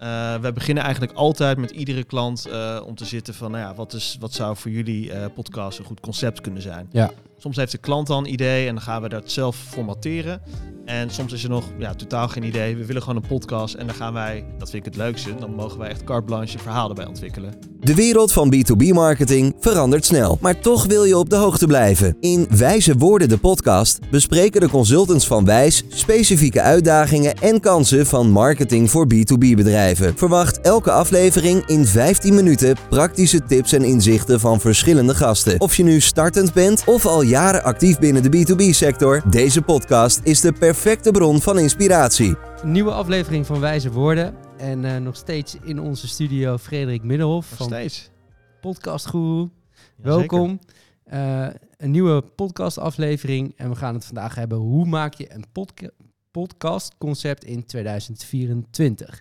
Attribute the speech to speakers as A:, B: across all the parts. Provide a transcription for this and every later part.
A: We beginnen eigenlijk altijd met iedere klant om te zitten van, wat zou voor jullie podcast een goed concept kunnen zijn?
B: Ja.
A: Soms heeft de klant dan een idee en dan gaan we dat zelf formateren. En soms is er nog totaal geen idee. We willen gewoon een podcast en dan gaan wij, dat vind ik het leukste, dan mogen wij echt carte blanche verhaal erbij ontwikkelen.
C: De wereld van B2B-marketing verandert snel, maar toch wil je op de hoogte blijven. In Wijze Woorden, de podcast, bespreken de consultants van Wijs specifieke uitdagingen en kansen van marketing voor B2B-bedrijven. Verwacht elke aflevering in 15 minuten praktische tips en inzichten van verschillende gasten. Of je nu startend bent of al jaren actief binnen de B2B-sector, deze podcast is de perfecte bron van inspiratie.
B: Een nieuwe aflevering van Wijze Woorden. En nog steeds in onze studio Frederik Middelhoff van Podcast Guru. Welkom. Een nieuwe podcastaflevering. En we gaan het vandaag hebben. Hoe maak je een podcastconcept in 2024?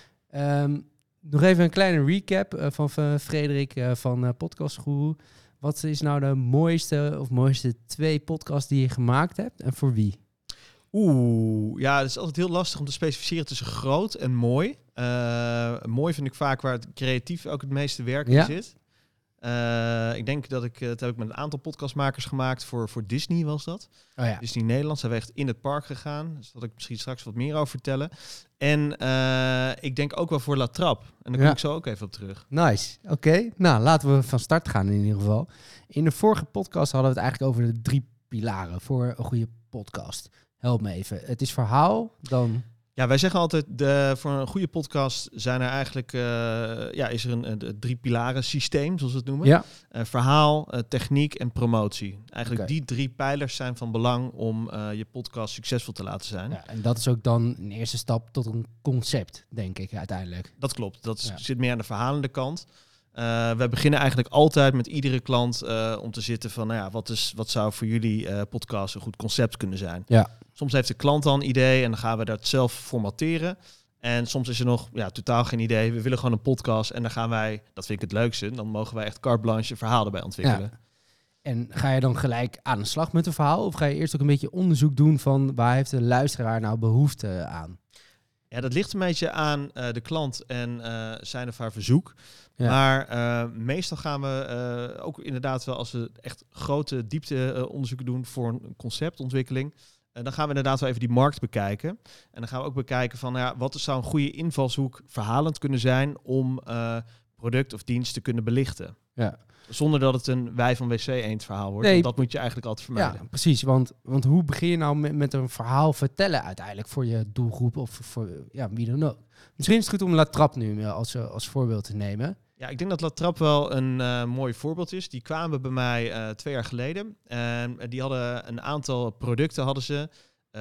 B: Nog even een kleine recap van Frederik van Podcast Guru. Wat is nou de mooiste 2 podcasts die je gemaakt hebt en voor wie?
A: Het is altijd heel lastig om te specificeren tussen groot en mooi. Mooi vind ik vaak waar het creatief ook het meeste werk in zit. Ik denk dat dat heb ik met een aantal podcastmakers gemaakt. Voor Disney was dat.
B: Oh ja.
A: Disney Nederland. Zijn we echt in het park gegaan. Dus daar zal ik misschien straks wat meer over vertellen. En ik denk ook wel voor La Trappe. En daar kom ik zo ook even op terug.
B: Nice. Oké. Nou, laten we van start gaan in ieder geval. In de vorige podcast hadden we het eigenlijk over de 3 pilaren voor een goede podcast. Help me even. Het is verhaal, dan...
A: Ja, wij zeggen altijd, voor een goede podcast zijn er eigenlijk, is er een 3 pilaren systeem, zoals we het noemen.
B: Ja.
A: Verhaal, techniek en promotie. Eigenlijk die 3 pijlers zijn van belang om je podcast succesvol te laten zijn.
B: Ja, en dat is ook dan een eerste stap tot een concept, denk ik uiteindelijk.
A: Dat klopt. Dat zit meer aan de verhalende kant. We beginnen eigenlijk altijd met iedere klant om te zitten van, wat zou voor jullie podcast een goed concept kunnen zijn?
B: Ja.
A: Soms heeft de klant dan een idee en dan gaan we dat zelf formateren. En soms is er nog totaal geen idee. We willen gewoon een podcast en dan gaan wij, dat vind ik het leukste, dan mogen wij echt carte blanche verhaal erbij ontwikkelen.
B: Ja. En ga je dan gelijk aan de slag met een verhaal? Of ga je eerst ook een beetje onderzoek doen van waar heeft de luisteraar nou behoefte aan?
A: Ja, dat ligt een beetje aan de klant en zijn of haar verzoek.
B: Ja.
A: Maar meestal gaan we ook inderdaad wel, als we echt grote diepte-onderzoeken doen voor een conceptontwikkeling, dan gaan we inderdaad wel even die markt bekijken. En dan gaan we ook bekijken van, wat zou een goede invalshoek verhalend kunnen zijn om product of dienst te kunnen belichten.
B: Ja.
A: Zonder dat het een wij van WC Eend verhaal wordt.
B: Nee.
A: Dat moet je eigenlijk altijd vermijden.
B: Ja, precies. Want hoe begin je nou met een verhaal vertellen uiteindelijk voor je doelgroep of voor wie dan ook? Misschien is het goed om La Trappe nu als voorbeeld te nemen.
A: Ja, ik denk dat La Trappe wel een mooi voorbeeld is. Die kwamen bij mij 2 jaar geleden. Die hadden een aantal producten hadden ze.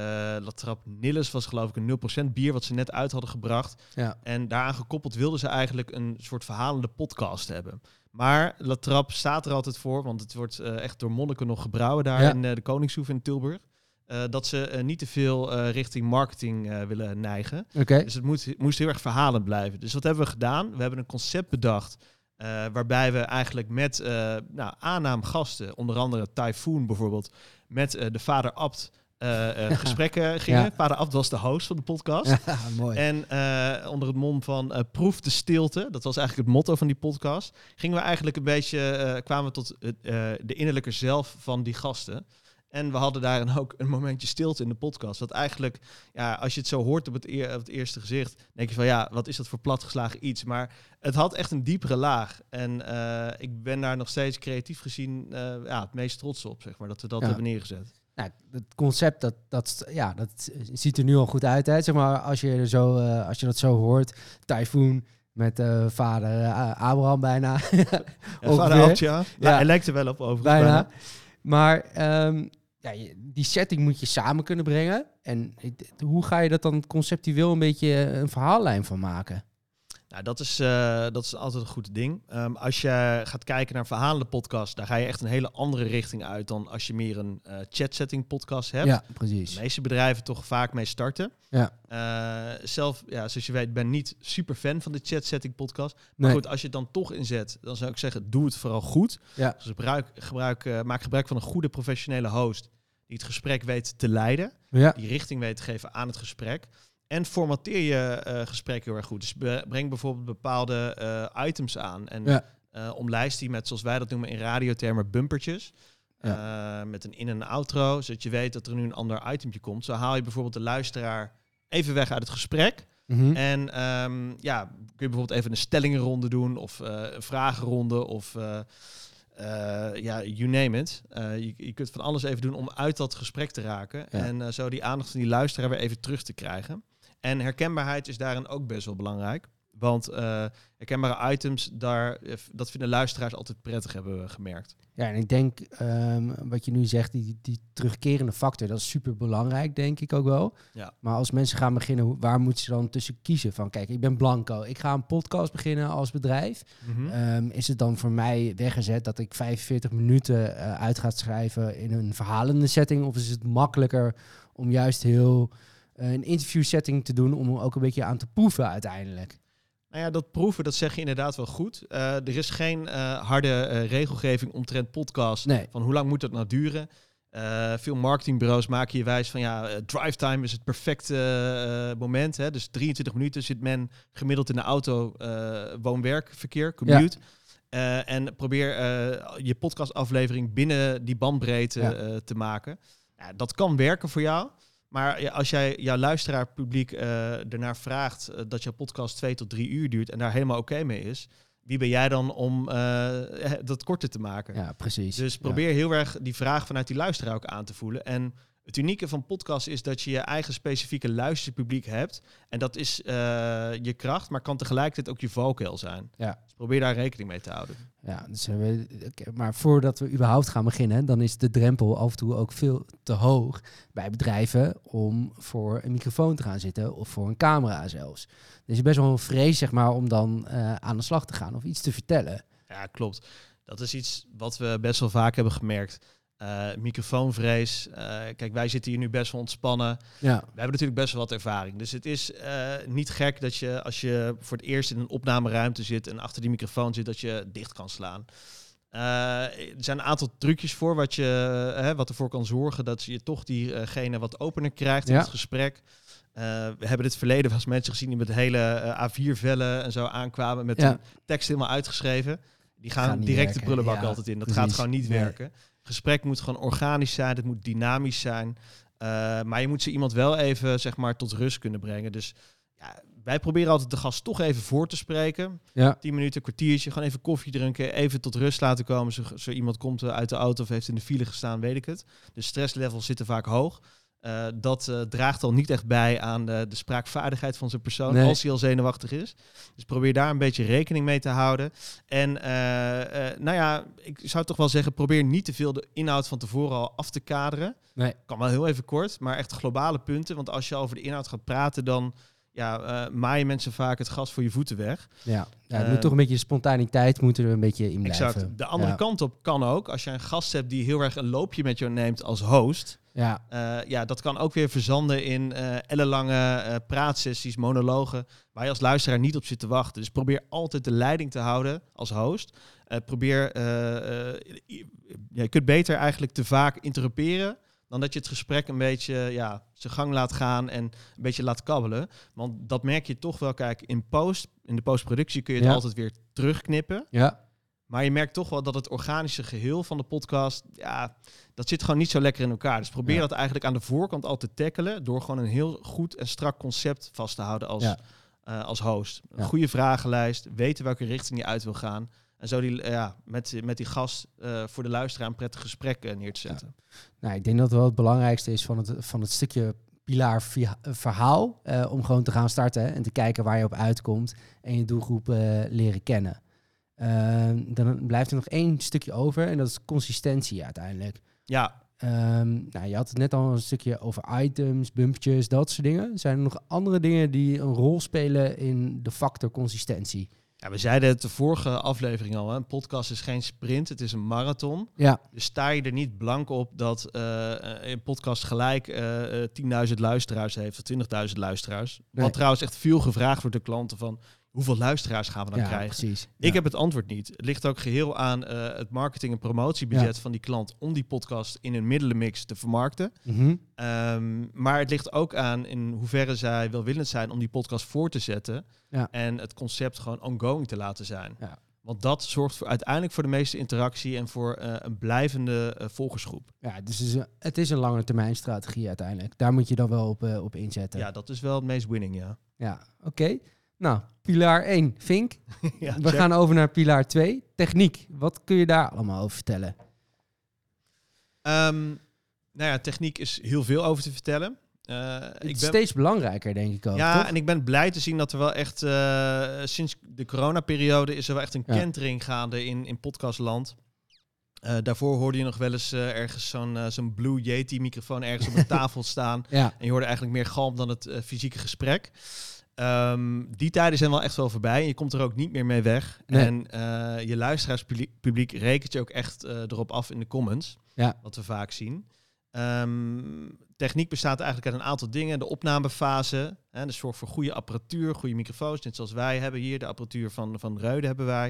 A: La Trappe Nilles was geloof ik een 0% bier wat ze net uit hadden gebracht. Ja. En daaraan gekoppeld wilden ze eigenlijk een soort verhalende podcast hebben. Maar La Trappe staat er altijd voor, want het wordt echt door monniken nog gebrouwen daar in de Koningshoeve in Tilburg. Dat ze niet te veel richting marketing willen neigen.
B: Okay.
A: Dus het moest heel erg verhalend blijven. Dus wat hebben we gedaan? We hebben een concept bedacht waarbij we eigenlijk met aannaamgasten, onder andere Typhoon bijvoorbeeld, met de vader Abt gesprekken gingen. Ja. Vader Abt was de host van de podcast.
B: Ja, mooi.
A: En onder het mom van proef de stilte, dat was eigenlijk het motto van die podcast, gingen we eigenlijk een beetje, kwamen we tot de innerlijke zelf van die gasten. En we hadden daar ook een momentje stilte in de podcast. Wat eigenlijk, als je het zo hoort op het eerste gezicht, denk je van wat is dat voor platgeslagen iets? Maar het had echt een diepere laag. En ik ben daar nog steeds creatief gezien het meest trots op, zeg maar, dat we dat hebben neergezet.
B: Nou, het concept, dat ziet er nu al goed uit. Hè? Zeg maar, als je dat zo hoort, Typhoon met vader Abraham bijna.
A: Vader Abt, ja. Hij lijkt er wel op overigens.
B: Bijna. Maar die setting moet je samen kunnen brengen. En hoe ga je dat dan conceptueel een beetje een verhaallijn van maken?
A: Nou, dat is altijd een goed ding. Als je gaat kijken naar verhalende podcasts, daar ga je echt een hele andere richting uit dan als je meer een chatsetting podcast hebt.
B: Ja, precies.
A: De meeste bedrijven toch vaak mee starten.
B: Ja.
A: Zelf, zoals je weet, ben niet super fan van de chatsetting podcast. Maar goed, als je het dan toch inzet, dan zou ik zeggen, doe het vooral goed. Ja. Dus maak gebruik van een goede professionele host die het gesprek weet te leiden. Ja. Die richting weet te geven aan het gesprek. En formateer je gesprek heel erg goed. Dus breng bijvoorbeeld bepaalde items aan. En omlijst die met, zoals wij dat noemen in radiotermen, bumpertjes. Met een in- en outro, zodat je weet dat er nu een ander itempje komt. Zo haal je bijvoorbeeld de luisteraar even weg uit het gesprek.
B: Mm-hmm.
A: En kun je bijvoorbeeld even een stellingenronde doen of een vragenronde of you name it. Je kunt van alles even doen om uit dat gesprek te raken. Ja. En zo die aandacht van die luisteraar weer even terug te krijgen. En herkenbaarheid is daarin ook best wel belangrijk. Want herkenbare items, dat vinden luisteraars altijd prettig, hebben we gemerkt.
B: Ja, en ik denk, wat je nu zegt, die terugkerende factor, dat is super belangrijk, denk ik ook wel. Ja. Maar als mensen gaan beginnen, waar moeten ze dan tussen kiezen? Van kijk, ik ben blanco, ik ga een podcast beginnen als bedrijf. Mm-hmm. Is het dan voor mij weggezet dat ik 45 minuten uit ga schrijven in een verhalende setting? Of is het makkelijker om juist heel een interview setting te doen om ook een beetje aan te proeven uiteindelijk?
A: Nou ja, dat proeven, dat zeg je inderdaad wel goed. Er is geen harde regelgeving omtrent podcast. Nee. Van hoe lang moet dat nou duren? Veel marketingbureaus maken je wijs van drive time is het perfecte moment. Hè? Dus 23 minuten zit men gemiddeld in de auto, woon-werkverkeer, commute. Ja. En probeer je podcastaflevering binnen die bandbreedte te maken. Ja, dat kan werken voor jou. Maar als jij jouw luisteraarpubliek ernaar vraagt dat jouw podcast 2 tot 3 uur duurt en daar helemaal oké mee is, wie ben jij dan om dat korter te maken? Ja, precies. Dus probeer heel erg die vraag vanuit die luisteraar ook aan te voelen. En het unieke van podcast is dat je je eigen specifieke luisterpubliek hebt. En dat is je kracht, maar kan tegelijkertijd ook je valkuil zijn. Ja. Dus probeer daar rekening mee te houden.
B: Ja, dus maar voordat we überhaupt gaan beginnen, dan is de drempel af en toe ook veel te hoog bij bedrijven om voor een microfoon te gaan zitten of voor een camera zelfs. Dus je is best wel een vrees, zeg maar, om dan aan de slag te gaan of iets te vertellen.
A: Ja, klopt. Dat is iets wat we best wel vaak hebben gemerkt. Microfoonvrees. Kijk, wij zitten hier nu best wel ontspannen. Ja. We hebben natuurlijk best wel wat ervaring. Dus het is niet gek dat je, als je voor het eerst in een opnameruimte zit en achter die microfoon zit, dat je dicht kan slaan. Er zijn een aantal trucjes voor wat ervoor kan zorgen dat je toch diegene wat opener krijgt in het gesprek. We hebben dit verleden wel eens mensen gezien die met hele A4-vellen en zo aankwamen met een tekst helemaal uitgeschreven. Die gaan direct de prullenbak altijd in. Dat gaat gewoon niet werken. Gesprek moet gewoon organisch zijn, het moet dynamisch zijn. Maar je moet iemand wel even, zeg maar, tot rust kunnen brengen. Dus wij proberen altijd de gast toch even voor te spreken. Ja. 10 minuten, een kwartiertje, gewoon even koffie drinken, even tot rust laten komen. Zo iemand komt uit de auto of heeft in de file gestaan, weet ik het. De stresslevels zitten vaak hoog. Dat draagt al niet echt bij aan de spraakvaardigheid van zo'n persoon als hij al zenuwachtig is. Dus probeer daar een beetje rekening mee te houden. En ik zou toch wel zeggen, probeer niet te veel de inhoud van tevoren al af te kaderen. Nee. Kan wel heel even kort, maar echt globale punten. Want als je over de inhoud gaat praten, dan maaien mensen vaak het gas voor je voeten weg. Ja,
B: het moet toch een beetje spontaniteit moet er een beetje in blijven.
A: Exact. De andere kant op kan ook. Als je een gast hebt die heel erg een loopje met jou neemt als host. Dat kan ook weer verzanden in ellenlange praatsessies, monologen, waar je als luisteraar niet op zit te wachten. Dus probeer altijd de leiding te houden als host. Je kunt beter eigenlijk te vaak interrumperen dan dat je het gesprek een beetje zijn gang laat gaan en een beetje laat kabbelen. Want dat merk je toch wel. Kijk, in de postproductie kun je het altijd weer terugknippen. Ja. Maar je merkt toch wel dat het organische geheel van de podcast, dat zit gewoon niet zo lekker in elkaar. Dus probeer dat eigenlijk aan de voorkant al te tackelen door gewoon een heel goed en strak concept vast te houden als host. Een goede vragenlijst, weten welke richting je uit wil gaan. En zo met die gast voor de luisteraar een prettig gesprek neer te zetten.
B: Ja. Nou, ik denk dat wel het belangrijkste is van het stukje pilaar verhaal. Om gewoon te gaan starten en te kijken waar je op uitkomt. En je doelgroep leren kennen. Dan blijft er nog 1 stukje over. En dat is consistentie uiteindelijk. Ja. Je had het net al een stukje over items, bumpjes, dat soort dingen. Zijn er nog andere dingen die een rol spelen in de factor consistentie?
A: Ja, we zeiden het de vorige aflevering al. Hè? Een podcast is geen sprint, het is een marathon. Ja. Dus sta je er niet blank op dat een podcast gelijk 10.000 luisteraars heeft of 20.000 luisteraars. Nee. Wat trouwens echt veel gevraagd wordt door klanten van, hoeveel luisteraars gaan we dan krijgen?
B: Precies.
A: Ik heb het antwoord niet. Het ligt ook geheel aan het marketing- en promotiebudget van die klant om die podcast in een middelenmix te vermarkten. Maar het ligt ook aan in hoeverre zij welwillend zijn om die podcast voor te zetten en het concept gewoon ongoing te laten zijn. Ja. Want dat zorgt uiteindelijk voor de meeste interactie en voor een blijvende volgersgroep.
B: Ja, dus het is een lange termijn strategie uiteindelijk. Daar moet je dan wel op inzetten.
A: Ja, dat is wel het meest winning, ja.
B: Ja, oké. Nou, pilaar 1, Vink. We
A: check.
B: gaan over naar pilaar 2, techniek. Wat kun je daar allemaal over vertellen?
A: Techniek is heel veel over te vertellen.
B: Het is steeds belangrijker, denk ik ook.
A: Ja,
B: toch?
A: en ik ben blij te zien dat er wel echt sinds de coronaperiode is er wel echt een kentering gaande in podcastland. Daarvoor hoorde je nog wel eens ergens zo'n Blue Yeti microfoon ergens op een tafel staan. En je hoorde eigenlijk meer galm dan het fysieke gesprek. Die tijden zijn wel echt wel voorbij. En je komt er ook niet meer mee weg. Nee. En je luisteraarspubliek rekent je ook echt erop af in de comments. Ja. Wat we vaak zien. Techniek bestaat eigenlijk uit een aantal dingen. De opnamefase. Dus zorg voor goede apparatuur, goede microfoons. Net zoals wij hebben hier. De apparatuur van Reude hebben wij.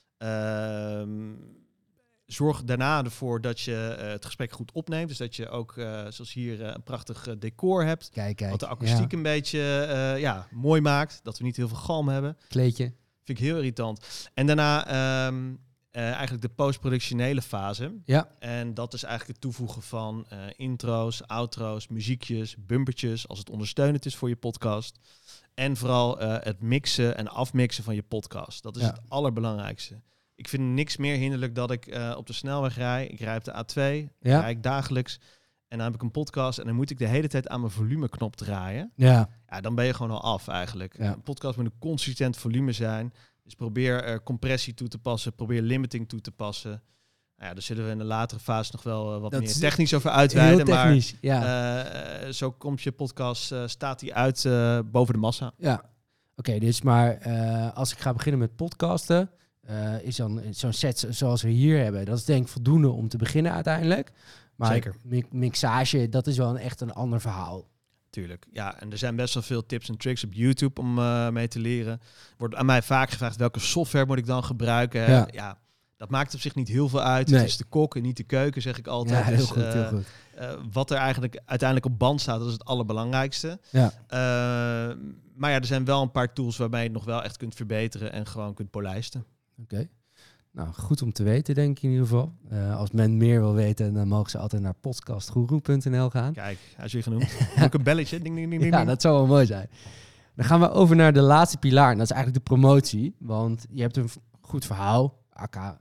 A: Zorg daarna ervoor dat je het gesprek goed opneemt. Dus dat je ook, zoals hier, een prachtig decor hebt.
B: Kijk.
A: Wat de akoestiek een beetje mooi maakt. Dat we niet heel veel galm hebben.
B: Kleedje.
A: Vind ik heel irritant. En daarna eigenlijk de postproductionele fase. Ja. En dat is eigenlijk het toevoegen van intro's, outro's, muziekjes, bumpertjes. Als het ondersteunend is voor je podcast. En vooral het mixen en afmixen van je podcast. Dat is het allerbelangrijkste. Ik vind niks meer hinderlijk dat ik op de snelweg rij. Ik rij op de A2, rij ik dagelijks. En dan heb ik een podcast en dan moet ik de hele tijd aan mijn volumeknop draaien. Ja, dan ben je gewoon al af eigenlijk. Ja. Een podcast moet een consistent volume zijn. Dus probeer compressie toe te passen. Probeer limiting toe te passen. Nou ja, daar zullen we in de latere fase nog wel wat meer technisch over uitweiden. Heel technisch, maar zo komt je podcast, staat die uit boven de massa.
B: Ja, oké, dus maar als ik ga beginnen met podcasten... is dan zo'n set zoals we hier hebben. Dat is denk ik voldoende om te beginnen uiteindelijk. Maar zeker. Mixage, dat is wel echt een ander verhaal.
A: Tuurlijk, ja. En er zijn best wel veel tips en tricks op YouTube om mee te leren. Wordt aan mij vaak gevraagd, welke software moet ik dan gebruiken? Ja, dat maakt op zich niet heel veel uit. Nee. Het is de kok en niet de keuken, zeg ik altijd.
B: Ja, heel goed, heel goed.
A: Wat er eigenlijk uiteindelijk op band staat, dat is het allerbelangrijkste. Ja. Maar ja, er zijn wel een paar tools waarbij je het nog wel echt kunt verbeteren en gewoon kunt polijsten.
B: Oké. Nou, goed om te weten, denk ik in ieder geval. Als men meer wil weten, dan mogen ze altijd naar podcastgoeroe.nl gaan.
A: Kijk, hij is weer genoemd. Ook een belletje. Ding, ding, ding, ding.
B: Ja, dat zou wel mooi zijn. Dan gaan we over naar de laatste pilaar. En dat is eigenlijk de promotie. Want je hebt een goed verhaal, aka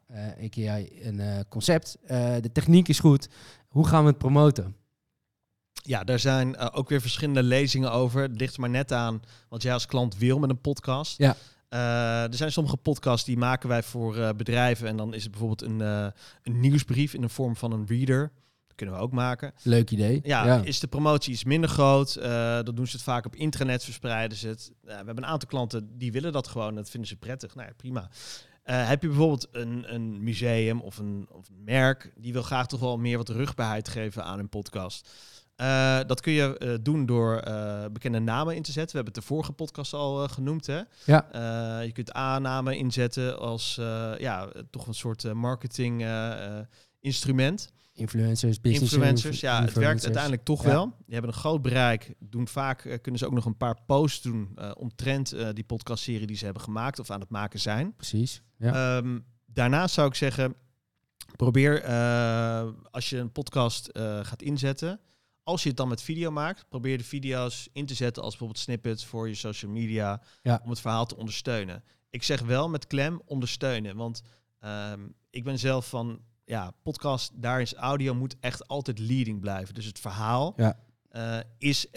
B: een concept. De techniek is goed. Hoe gaan we het promoten?
A: Ja, daar zijn ook weer verschillende lezingen over. Het ligt er maar net aan wat jij als klant wil met een podcast. Ja. Er zijn sommige podcasts die maken wij voor bedrijven. En dan is het bijvoorbeeld een nieuwsbrief in de vorm van een reader. Dat kunnen we ook maken.
B: Leuk idee.
A: Ja. Is de promotie iets minder groot. Dan doen ze het vaak op internet, verspreiden ze het. We hebben een aantal klanten die willen dat gewoon. Dat vinden ze prettig. Nou ja, prima. Heb je bijvoorbeeld een museum of een merk... die wil graag toch wel meer wat rugbaarheid geven aan hun podcast... dat kun je doen door bekende namen in te zetten. We hebben het de vorige podcast al genoemd. Hè? Ja. Je kunt A-namen inzetten als toch een soort marketing instrument.
B: Influencers,
A: Influencers, ja, het werkt uiteindelijk toch wel. Die hebben een groot bereik. Kunnen ze ook nog een paar posts doen omtrent die podcastserie die ze hebben gemaakt of aan het maken zijn.
B: Precies. Ja.
A: Daarnaast zou ik zeggen, probeer als je een podcast gaat inzetten... Als je het dan met video maakt, probeer de video's in te zetten als bijvoorbeeld snippets voor je social media, om het verhaal te ondersteunen. Ik zeg wel met klem ondersteunen, want ik ben zelf van, podcast, daar is audio, moet echt altijd leading blijven. Dus het verhaal is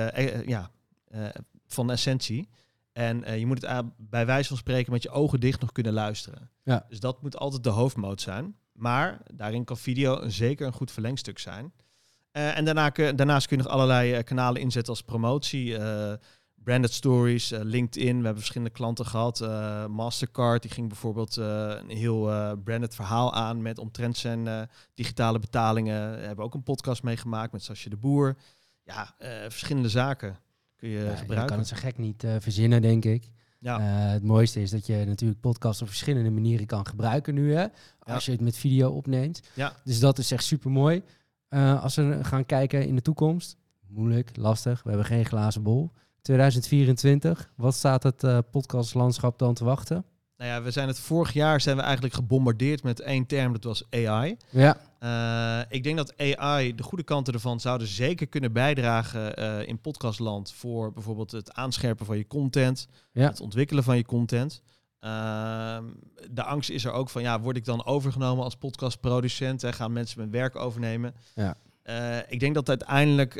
A: van essentie. En je moet het bij wijze van spreken met je ogen dicht nog kunnen luisteren. Ja. Dus dat moet altijd de hoofdmoot zijn. Maar daarin kan video zeker een goed verlengstuk zijn. En daarnaast kun je nog allerlei kanalen inzetten als promotie. Branded stories, LinkedIn. We hebben verschillende klanten gehad. Mastercard, die ging bijvoorbeeld een heel branded verhaal aan met omtrent zijn digitale betalingen. We hebben ook een podcast meegemaakt met Sasje de Boer. Ja, verschillende zaken kun je gebruiken.
B: Je kan het zo gek niet verzinnen, denk ik.
A: Ja.
B: Het mooiste is dat je natuurlijk podcasts op verschillende manieren kan gebruiken nu, hè? Als je het met video opneemt.
A: Ja.
B: Dus dat is echt super mooi. Als we gaan kijken in de toekomst, moeilijk, lastig, we hebben geen glazen bol. 2024, wat staat het podcastlandschap dan te wachten?
A: Nou ja, vorig jaar zijn we eigenlijk gebombardeerd met één term, dat was AI.
B: Ja.
A: Ik denk dat AI, de goede kanten ervan, zouden zeker kunnen bijdragen in podcastland voor bijvoorbeeld het aanscherpen van je content, het ontwikkelen van je content. De angst is er ook van, word ik dan overgenomen als podcastproducent? Gaan mensen mijn werk overnemen?
B: Ja.
A: Ik denk dat uiteindelijk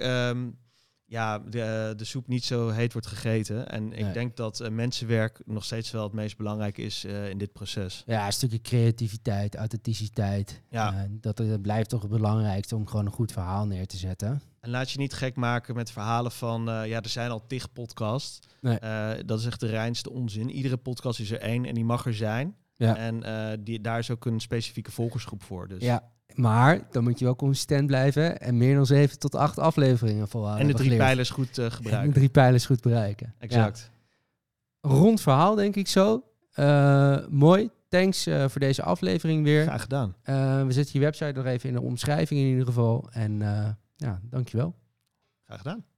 A: de soep niet zo heet wordt gegeten. En ik denk dat mensenwerk nog steeds wel het meest belangrijk is in dit proces.
B: Ja, een stukje creativiteit, authenticiteit.
A: Ja.
B: Dat blijft toch het belangrijkste om gewoon een goed verhaal neer te zetten.
A: En laat je niet gek maken met verhalen van, er zijn al 10 podcasts.
B: Nee.
A: Dat is echt de reinste onzin. Iedere podcast is er 1 en die mag er zijn.
B: Ja.
A: En daar is ook een specifieke volgersgroep voor. Dus.
B: Ja, maar dan moet je wel consistent blijven en meer dan 7 tot 8 afleveringen volhouden.
A: En de 3 pijlers goed gebruiken.
B: En de 3 pijlers goed bereiken.
A: Exact.
B: Ja. Rond verhaal, denk ik zo. Mooi. Thanks voor deze aflevering weer.
A: Graag gedaan.
B: We zetten je website nog even in de omschrijving in ieder geval. En dankjewel.
A: Graag gedaan.